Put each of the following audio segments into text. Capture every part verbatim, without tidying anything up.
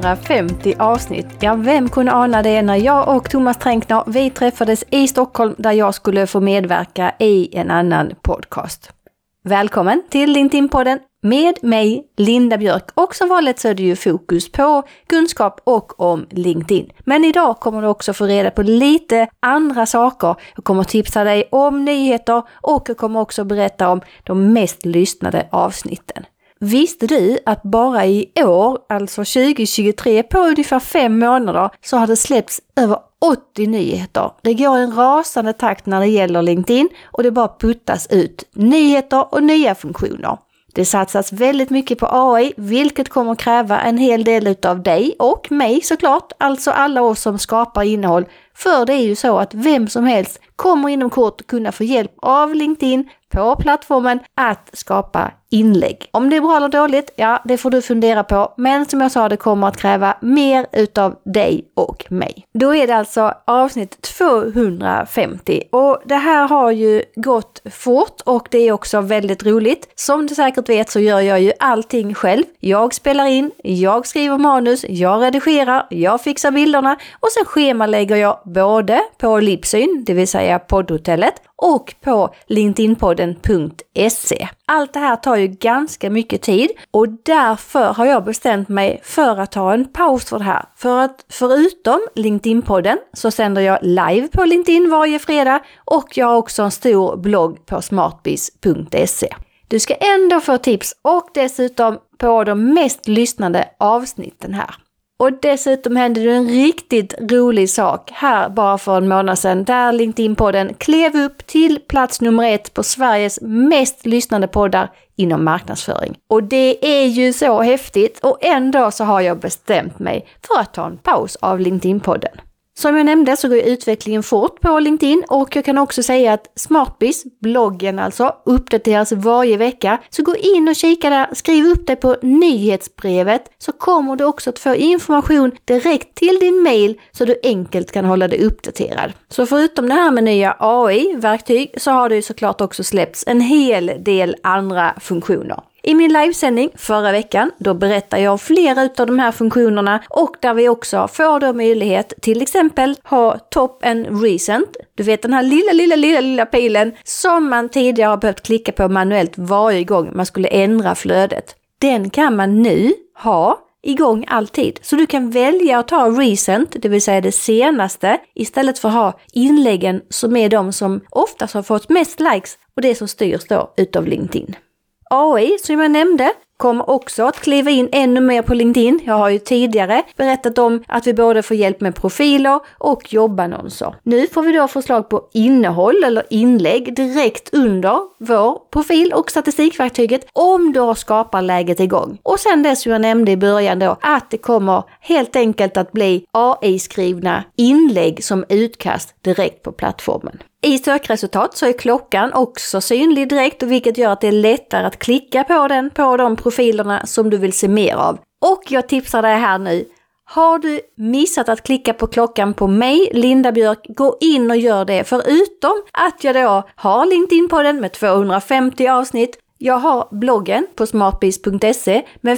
tvåhundrafemtio avsnitt. Ja, vem kunde ana det när jag och Thomas Tränkner, vi träffades i Stockholm där jag skulle få medverka i en annan podcast. Välkommen till LinkedIn-podden med mig, Linda Björk. Och som vanligt så är det ju fokus på kunskap och om LinkedIn. Men idag kommer du också få reda på lite andra saker. Jag kommer tipsa dig om nyheter och jag kommer också berätta om de mest lyssnade avsnitten. Visste du att bara i år, alltså tjugo tjugotre, på ungefär fem månader så har det släppts över åttio nyheter. Det går en rasande takt när det gäller LinkedIn och det bara puttas ut nyheter och nya funktioner. Det satsas väldigt mycket på A I, vilket kommer kräva en hel del av dig och mig såklart, alltså alla oss som skapar innehåll. För det är ju så att vem som helst kommer inom kort kunna få hjälp av LinkedIn på plattformen att skapa inlägg. Om det är bra eller dåligt, ja det får du fundera på. Men som jag sa, det kommer att kräva mer utav dig och mig. Då är det alltså avsnitt tvåhundrafemtio och det här har ju gått fort och det är också väldigt roligt. Som du säkert vet så gör jag ju allting själv. Jag spelar in, jag skriver manus, jag redigerar, jag fixar bilderna och sen schemalägger jag både på Libsyn, det vill säga poddhotellet, och på linkedinpodden punkt se. Allt det här tar ju ganska mycket tid och därför har jag bestämt mig för att ta en paus för det här. För att förutom LinkedIn-podden så sänder jag live på LinkedIn varje fredag och jag har också en stor blogg på smartbiz punkt se. Du ska ändå få tips och dessutom på de mest lyssnade avsnitten här. Och dessutom hände det en riktigt rolig sak här bara för en månad sedan där LinkedIn-podden klev upp till plats nummer ett på Sveriges mest lyssnade poddar inom marknadsföring. Och det är ju så häftigt och ändå så har jag bestämt mig för att ta en paus av LinkedIn-podden. Som jag nämnde så går utvecklingen fort på LinkedIn och jag kan också säga att Smartbiz, bloggen alltså, uppdateras varje vecka. Så gå in och kika där, skriv upp det på nyhetsbrevet så kommer du också att få information direkt till din mail så du enkelt kan hålla dig uppdaterad. Så förutom det här med nya A I-verktyg så har det ju såklart också släppts en hel del andra funktioner. I min livesändning förra veckan då berättar jag om flera av de här funktionerna och där vi också får då möjlighet till exempel ha top and recent. Du vet den här lilla, lilla, lilla, lilla pilen som man tidigare har behövt klicka på manuellt varje gång man skulle ändra flödet. Den kan man nu ha igång alltid. Så du kan välja att ta recent, det vill säga det senaste, istället för att ha inläggen som är de som oftast har fått mest likes och det som styrs då utav LinkedIn. A I, som jag nämnde, kommer också att kliva in ännu mer på LinkedIn. Jag har ju tidigare berättat om att vi både får hjälp med profiler och jobbannonser. Nu får vi då förslag på innehåll eller inlägg direkt under vår profil och statistikverktyget om då skapar läget igång. Och sen det som jag nämnde i början då, att det kommer helt enkelt att bli A I-skrivna inlägg som utkast direkt på plattformen. I sökresultat så är klockan också synlig direkt, vilket gör att det är lättare att klicka på den på de profilerna som du vill se mer av. Och jag tipsar dig här nu. Har du missat att klicka på klockan på mig, Linda Björk, gå in och gör det. Förutom att jag då har LinkedIn-podden med tvåhundrafemtio avsnitt. Jag har bloggen på smartbiz punkt se med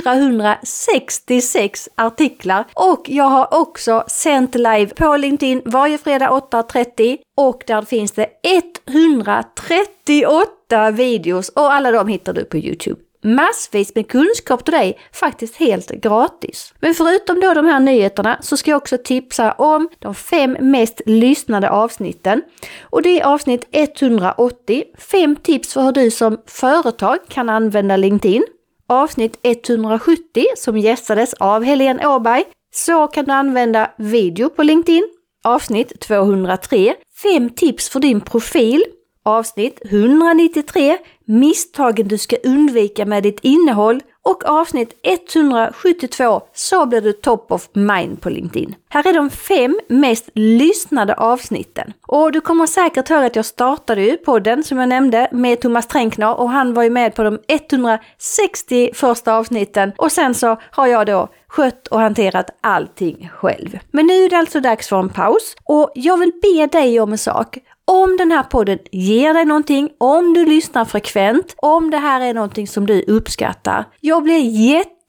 fyrahundrasextiosex artiklar och jag har också sänt live på LinkedIn varje fredag åtta trettio och där finns det etthundratrettioåtta videos och alla de hittar du på YouTube. Massvis med kunskap till dig, faktiskt helt gratis. Men förutom då de här nyheterna så ska jag också tipsa om de fem mest lyssnade avsnitten. Och det är avsnitt etthundraåttio, fem tips för hur du som företag kan använda LinkedIn. Avsnitt etthundrasjuttio som gästades av Helene Åberg, så kan du använda video på LinkedIn. Avsnitt tvåhundratre, fem tips för din profil. Avsnitt etthundranittiotre, misstagen du ska undvika med ditt innehåll och avsnitt etthundrasjuttiotvå, så blir du top of mind på LinkedIn. Här är de fem mest lyssnade avsnitten. Och du kommer säkert höra att jag startade ju podden som jag nämnde med Thomas Tränkner och han var ju med på de etthundrasextio första avsnitten och sen så har jag då skött och hanterat allting själv. Men nu är det alltså dags för en paus och jag vill be dig om en sak. Om den här podden ger dig någonting, om du lyssnar frekvent, om det här är någonting som du uppskattar. Jag blir jätte,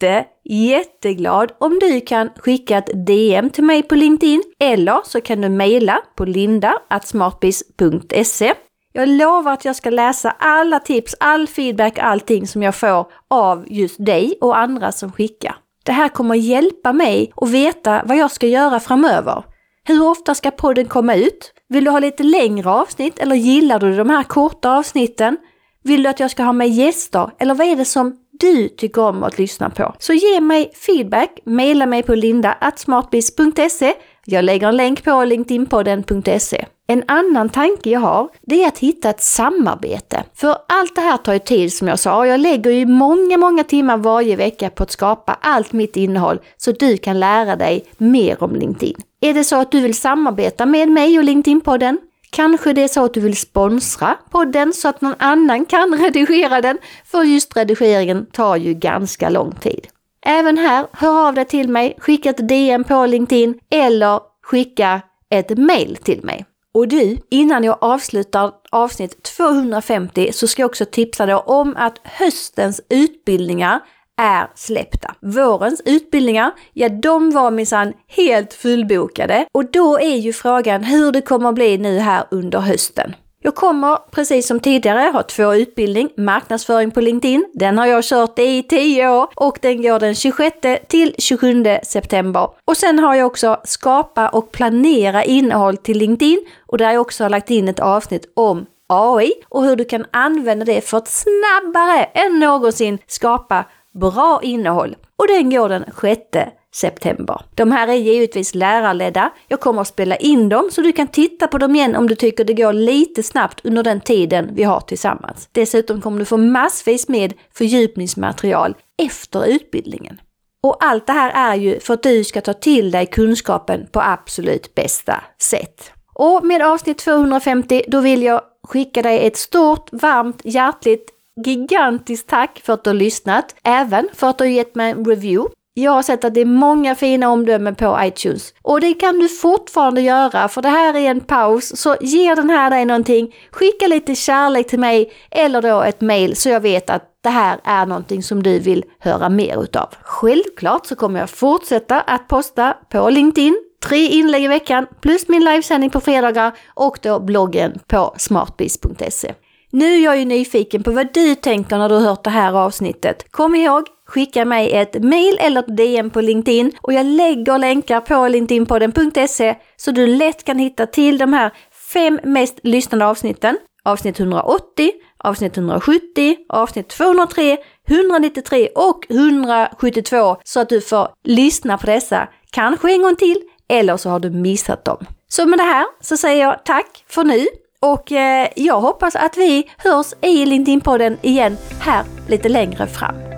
jätteglad om du kan skicka ett D M till mig på LinkedIn eller så kan du mejla på linda at smartbiz punkt se. Jag lovar att jag ska läsa alla tips, all feedback, allting som jag får av just dig och andra som skickar. Det här kommer hjälpa mig att veta vad jag ska göra framöver. Hur ofta ska podden komma ut? Vill du ha lite längre avsnitt eller gillar du de här korta avsnitten? Vill du att jag ska ha med gäster eller vad är det som du tycker om att lyssna på? Så ge mig feedback, mejla mig på linda at smartbiz punkt se. Jag lägger en länk på linkedinpodden punkt se. En annan tanke jag har, det är att hitta ett samarbete. För allt det här tar ju tid som jag sa. Jag lägger ju många, många timmar varje vecka på att skapa allt mitt innehåll så att du kan lära dig mer om LinkedIn. Är det så att du vill samarbeta med mig och LinkedIn-podden? Kanske det är så att du vill sponsra podden så att någon annan kan redigera den. För just redigeringen tar ju ganska lång tid. Även här, hör av dig till mig, skicka ett D M på LinkedIn eller skicka ett mail till mig. Och du, innan jag avslutar avsnitt tvåhundrafemtio så ska jag också tipsa dig om att höstens utbildningar är släppta. Vårens utbildningar, ja de var minsann helt fullbokade. Och då är ju frågan hur det kommer att bli nu här under hösten. Jag kommer, precis som tidigare, ha två utbildning, marknadsföring på LinkedIn. Den har jag kört i tio år och den går den tjugosjätte till tjugosjunde september. Och sen har jag också skapa och planera innehåll till LinkedIn och där har jag också lagt in ett avsnitt om A I och hur du kan använda det för att snabbare än någonsin skapa bra innehåll. Och den går den sjätte september. De här är givetvis lärarledda. Jag kommer att spela in dem så du kan titta på dem igen om du tycker det går lite snabbt under den tiden vi har tillsammans. Dessutom kommer du få massvis med fördjupningsmaterial efter utbildningen. Och allt det här är ju för att du ska ta till dig kunskapen på absolut bästa sätt. Och med avsnitt tvåhundrafemtio då vill jag skicka dig ett stort, varmt, hjärtligt, gigantiskt tack för att du har lyssnat. Även för att du har gett mig en review. Jag har sett att det är många fina omdömen på iTunes. Och det kan du fortfarande göra för det här är en paus. Så ge den här dig någonting. Skicka lite kärlek till mig eller då ett mail så jag vet att det här är någonting som du vill höra mer utav. Självklart så kommer jag fortsätta att posta på LinkedIn. Tre inlägg i veckan plus min livesändning på fredagar och då bloggen på smartbiz punkt se. Nu är jag ju nyfiken på vad du tänker när du har hört det här avsnittet. Kom ihåg, skicka mig ett mail eller ett D M på LinkedIn och jag lägger länkar på linkedinpodden punkt se så du lätt kan hitta till de här fem mest lyssnade avsnitten. Avsnitt hundraåttio, avsnitt hundrasjuttio, avsnitt tvåhundratre, hundranittiotre och hundrasjuttiotvå så att du får lyssna på dessa kanske en gång till eller så har du missat dem. Så med det här så säger jag tack för nu. Och eh, jag hoppas att vi hörs i LinkedIn-podden igen här lite längre fram.